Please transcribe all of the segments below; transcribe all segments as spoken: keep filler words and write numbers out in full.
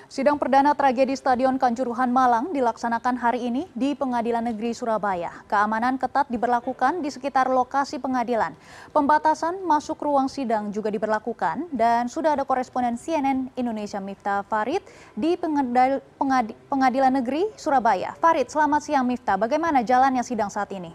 Sidang perdana tragedi Stadion Kanjuruhan Malang dilaksanakan hari ini di Pengadilan Negeri Surabaya. Keamanan ketat diberlakukan di sekitar lokasi pengadilan. Pembatasan masuk ruang sidang juga diberlakukan dan sudah ada koresponden C N N Indonesia Miftah Farid di Pengadil, Pengadi, Pengadilan Negeri Surabaya. Farid, selamat siang Miftah. Bagaimana jalannya sidang saat ini?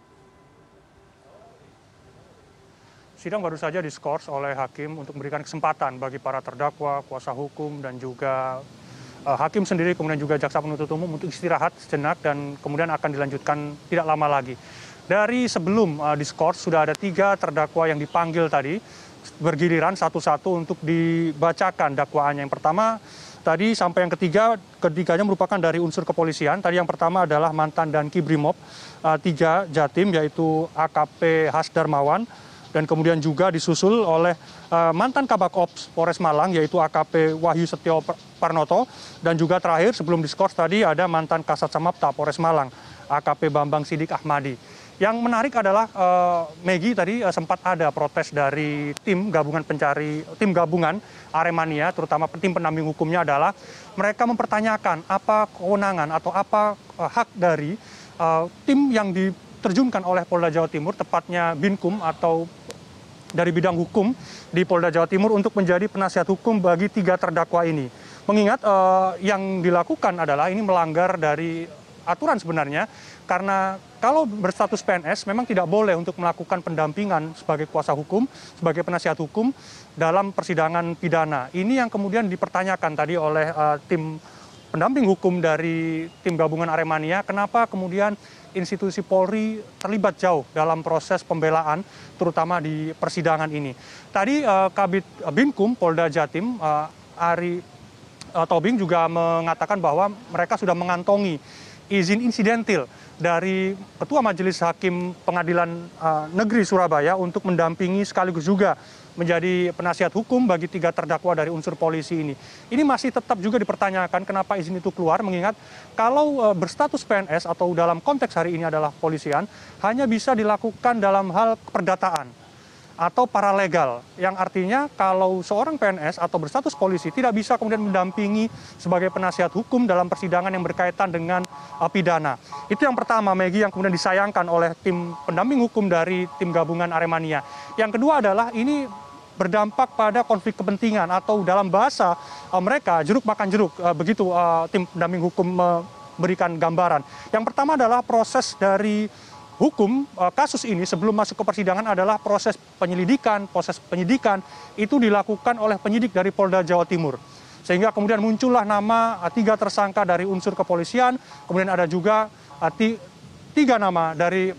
Sidang baru saja diskors oleh hakim untuk memberikan kesempatan bagi para terdakwa, kuasa hukum, dan juga uh, hakim sendiri, kemudian juga jaksa penuntut umum untuk istirahat sejenak dan kemudian akan dilanjutkan tidak lama lagi. Dari sebelum uh, diskors sudah ada tiga terdakwa yang dipanggil tadi, bergiliran satu-satu untuk dibacakan dakwaannya. Yang pertama tadi sampai yang ketiga, ketiganya merupakan dari unsur kepolisian. Tadi yang pertama adalah mantan Danki Brimob uh, tiga Jatim, yaitu A K P Has Darmawan, dan kemudian juga disusul oleh uh, mantan Kabak Ops Polres Malang, yaitu A K P Wahyu Setio Parnoto, dan juga terakhir sebelum diskors tadi ada mantan Kasat Samapta Polres Malang, A K P Bambang Sidik Ahmadi. Yang menarik adalah uh, Megi tadi uh, sempat ada protes dari tim gabungan pencari, tim gabungan Aremania, terutama tim pendamping hukumnya adalah mereka mempertanyakan apa kewenangan atau apa uh, hak dari uh, tim yang diterjunkan oleh Polda Jawa Timur, tepatnya Binkum atau dari bidang hukum di Polda Jawa Timur untuk menjadi penasihat hukum bagi tiga terdakwa ini. Mengingat uh, yang dilakukan adalah ini melanggar dari aturan sebenarnya, karena kalau berstatus P N S memang tidak boleh untuk melakukan pendampingan sebagai kuasa hukum, sebagai penasihat hukum dalam persidangan pidana. Ini yang kemudian dipertanyakan tadi oleh uh, tim pendamping hukum dari tim gabungan Aremania, kenapa kemudian institusi Polri terlibat jauh dalam proses pembelaan, terutama di persidangan ini. Tadi uh, Kabid Binkum Polda Jatim, uh, Ari uh, Tobing juga mengatakan bahwa mereka sudah mengantongi izin insidentil dari Ketua Majelis Hakim Pengadilan uh, Negeri Surabaya untuk mendampingi sekaligus juga menjadi penasihat hukum bagi tiga terdakwa dari unsur polisi ini. Ini masih tetap juga dipertanyakan kenapa izin itu keluar, mengingat kalau e, berstatus P N S atau dalam konteks hari ini adalah polisian, hanya bisa dilakukan dalam hal perdataan atau paralegal, yang artinya kalau seorang P N S atau berstatus polisi tidak bisa kemudian mendampingi sebagai penasihat hukum dalam persidangan yang berkaitan dengan e, pidana. Itu yang pertama, Megi, yang kemudian disayangkan oleh tim pendamping hukum dari tim gabungan Aremania. Yang kedua adalah ini berdampak pada konflik kepentingan atau dalam bahasa uh, mereka jeruk makan jeruk, uh, begitu uh, tim pendamping hukum memberikan gambaran. Yang pertama adalah proses dari hukum uh, kasus ini sebelum masuk ke persidangan adalah proses penyelidikan, proses penyidikan itu dilakukan oleh penyidik dari Polda Jawa Timur. Sehingga kemudian muncullah nama uh, tiga tersangka dari unsur kepolisian, kemudian ada juga uh, tiga nama dari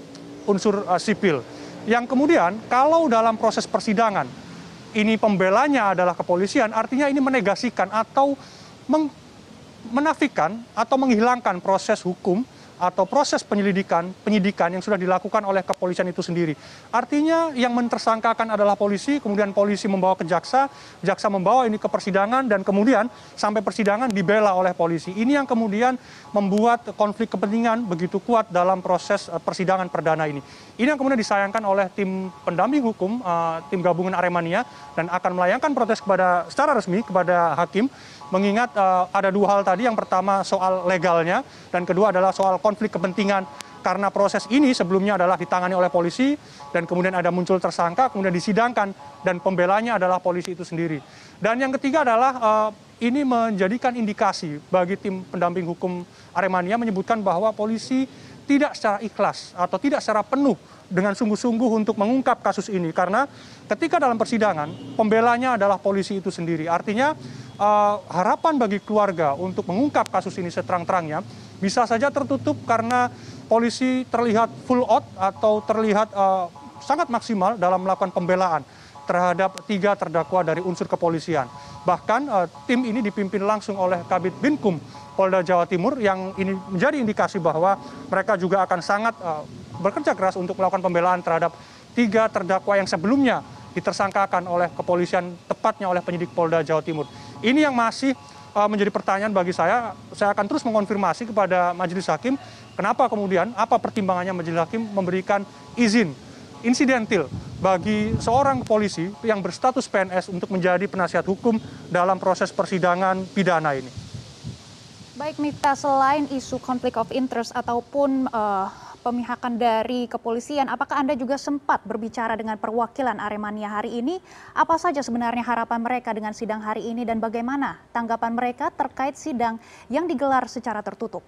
unsur uh, sipil. Yang kemudian kalau dalam proses persidangan ini pembelanya adalah kepolisian, artinya ini menegasikan atau menafikan atau menghilangkan proses hukum atau proses penyelidikan, penyidikan yang sudah dilakukan oleh kepolisian itu sendiri. Artinya yang mentersangkakan adalah polisi, kemudian polisi membawa ke jaksa, jaksa membawa ini ke persidangan, dan kemudian sampai persidangan dibela oleh polisi. Ini yang kemudian membuat konflik kepentingan begitu kuat dalam proses persidangan perdana ini. Ini yang kemudian disayangkan oleh tim pendamping hukum, tim gabungan Aremania, dan akan melayangkan protes kepada secara resmi kepada hakim, mengingat uh, ada dua hal tadi. Yang pertama soal legalnya, dan kedua adalah soal konflik kepentingan, karena proses ini sebelumnya adalah ditangani oleh polisi dan kemudian ada muncul tersangka, kemudian disidangkan dan pembelanya adalah polisi itu sendiri. Dan yang ketiga adalah uh, ini menjadikan indikasi bagi tim pendamping hukum Aremania, menyebutkan bahwa polisi tidak secara ikhlas atau tidak secara penuh dengan sungguh-sungguh untuk mengungkap kasus ini, karena ketika dalam persidangan pembelanya adalah polisi itu sendiri. Artinya uh, harapan bagi keluarga untuk mengungkap kasus ini seterang-terangnya bisa saja tertutup karena polisi terlihat full out atau terlihat uh, sangat maksimal dalam melakukan pembelaan terhadap tiga terdakwa dari unsur kepolisian. Bahkan uh, tim ini dipimpin langsung oleh Kabid Binkum Polda Jawa Timur, yang ini menjadi indikasi bahwa mereka juga akan sangat uh, bekerja keras untuk melakukan pembelaan terhadap tiga terdakwa yang sebelumnya ditersangkakan oleh kepolisian, tepatnya oleh penyidik Polda Jawa Timur. Ini yang masih uh, menjadi pertanyaan bagi saya. Saya akan terus mengonfirmasi kepada majelis hakim, kenapa kemudian, apa pertimbangannya majelis hakim memberikan izin insidentil bagi seorang polisi yang berstatus P N S untuk menjadi penasihat hukum dalam proses persidangan pidana ini. Baik Miftah, selain isu konflik of interest ataupun uh, pemihakan dari kepolisian, apakah Anda juga sempat berbicara dengan perwakilan Aremania hari ini? Apa saja sebenarnya harapan mereka dengan sidang hari ini dan bagaimana tanggapan mereka terkait sidang yang digelar secara tertutup?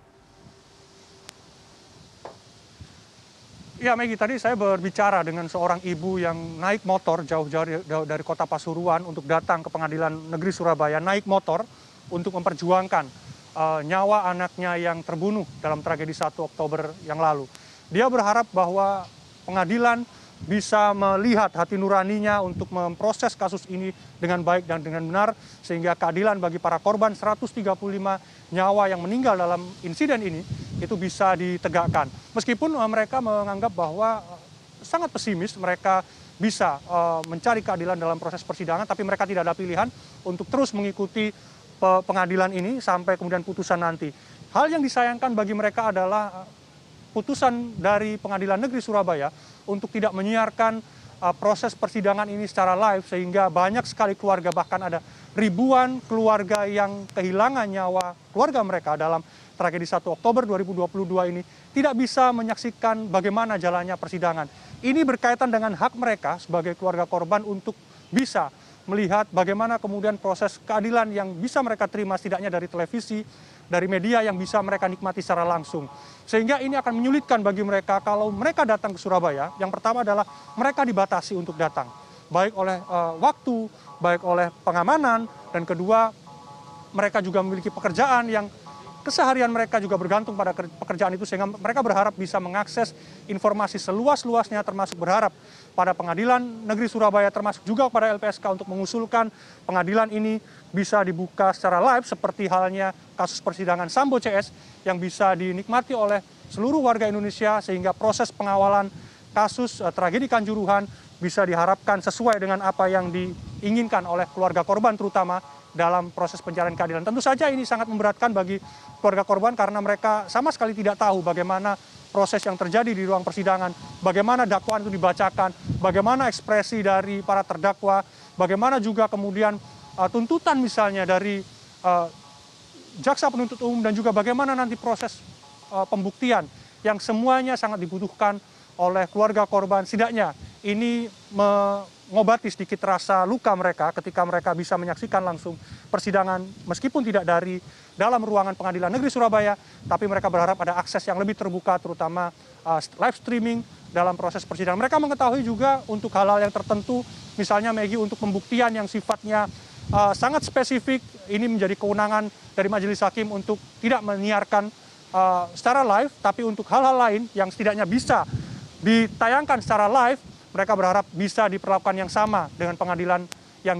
Ya Maggie, tadi saya berbicara dengan seorang ibu yang naik motor jauh-jauh dari kota Pasuruan untuk datang ke Pengadilan Negeri Surabaya, naik motor untuk memperjuangkan uh, nyawa anaknya yang terbunuh dalam tragedi satu Oktober yang lalu. Dia berharap bahwa pengadilan bisa melihat hati nuraninya untuk memproses kasus ini dengan baik dan dengan benar, sehingga keadilan bagi para korban seratus tiga puluh lima nyawa yang meninggal dalam insiden ini itu bisa ditegakkan. Meskipun uh, mereka menganggap bahwa uh, sangat pesimis, mereka bisa uh, mencari keadilan dalam proses persidangan, tapi mereka tidak ada pilihan untuk terus mengikuti uh, pengadilan ini sampai kemudian putusan nanti. Hal yang disayangkan bagi mereka adalah uh, putusan dari Pengadilan Negeri Surabaya untuk tidak menyiarkan uh, proses persidangan ini secara live, sehingga banyak sekali keluarga, bahkan ada ribuan keluarga yang kehilangan nyawa keluarga mereka dalam tragedi satu Oktober dua ribu dua puluh dua ini tidak bisa menyaksikan bagaimana jalannya persidangan. Ini berkaitan dengan hak mereka sebagai keluarga korban untuk bisa melihat bagaimana kemudian proses keadilan yang bisa mereka terima setidaknya dari televisi, dari media yang bisa mereka nikmati secara langsung. Sehingga ini akan menyulitkan bagi mereka kalau mereka datang ke Surabaya. Yang pertama adalah mereka dibatasi untuk datang, baik oleh uh, waktu, baik oleh pengamanan, dan kedua mereka juga memiliki pekerjaan yang keseharian mereka juga bergantung pada pekerjaan itu, sehingga mereka berharap bisa mengakses informasi seluas-luasnya, termasuk berharap pada Pengadilan Negeri Surabaya, termasuk juga pada L P S K untuk mengusulkan pengadilan ini bisa dibuka secara live seperti halnya kasus persidangan Sambo C S yang bisa dinikmati oleh seluruh warga Indonesia, sehingga proses pengawalan kasus uh, tragedi Kanjuruhan bisa diharapkan sesuai dengan apa yang diinginkan oleh keluarga korban terutama dalam proses pencarian keadilan. Tentu saja ini sangat memberatkan bagi keluarga korban karena mereka sama sekali tidak tahu bagaimana proses yang terjadi di ruang persidangan, bagaimana dakwaan itu dibacakan, bagaimana ekspresi dari para terdakwa, bagaimana juga kemudian uh, tuntutan misalnya dari uh, jaksa penuntut umum, dan juga bagaimana nanti proses uh, pembuktian yang semuanya sangat dibutuhkan oleh keluarga korban. Setidaknya ini mengobati sedikit rasa luka mereka ketika mereka bisa menyaksikan langsung persidangan meskipun tidak dari dalam ruangan Pengadilan Negeri Surabaya, tapi mereka berharap ada akses yang lebih terbuka, terutama uh, live streaming dalam proses persidangan. Mereka mengetahui juga untuk hal-hal yang tertentu, misalnya Maggie, untuk pembuktian yang sifatnya uh, sangat spesifik, ini menjadi kewenangan dari majelis hakim untuk tidak menyiarkan uh, secara live, tapi untuk hal-hal lain yang setidaknya bisa ditayangkan secara live, mereka berharap bisa diperlakukan yang sama dengan pengadilan yang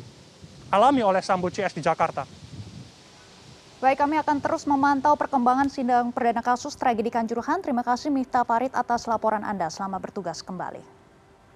dialami oleh Sambo C S di Jakarta. Baik, kami akan terus memantau perkembangan sidang perdana kasus tragedi Kanjuruhan. Terima kasih Miftah Farid atas laporan Anda. Selamat bertugas kembali.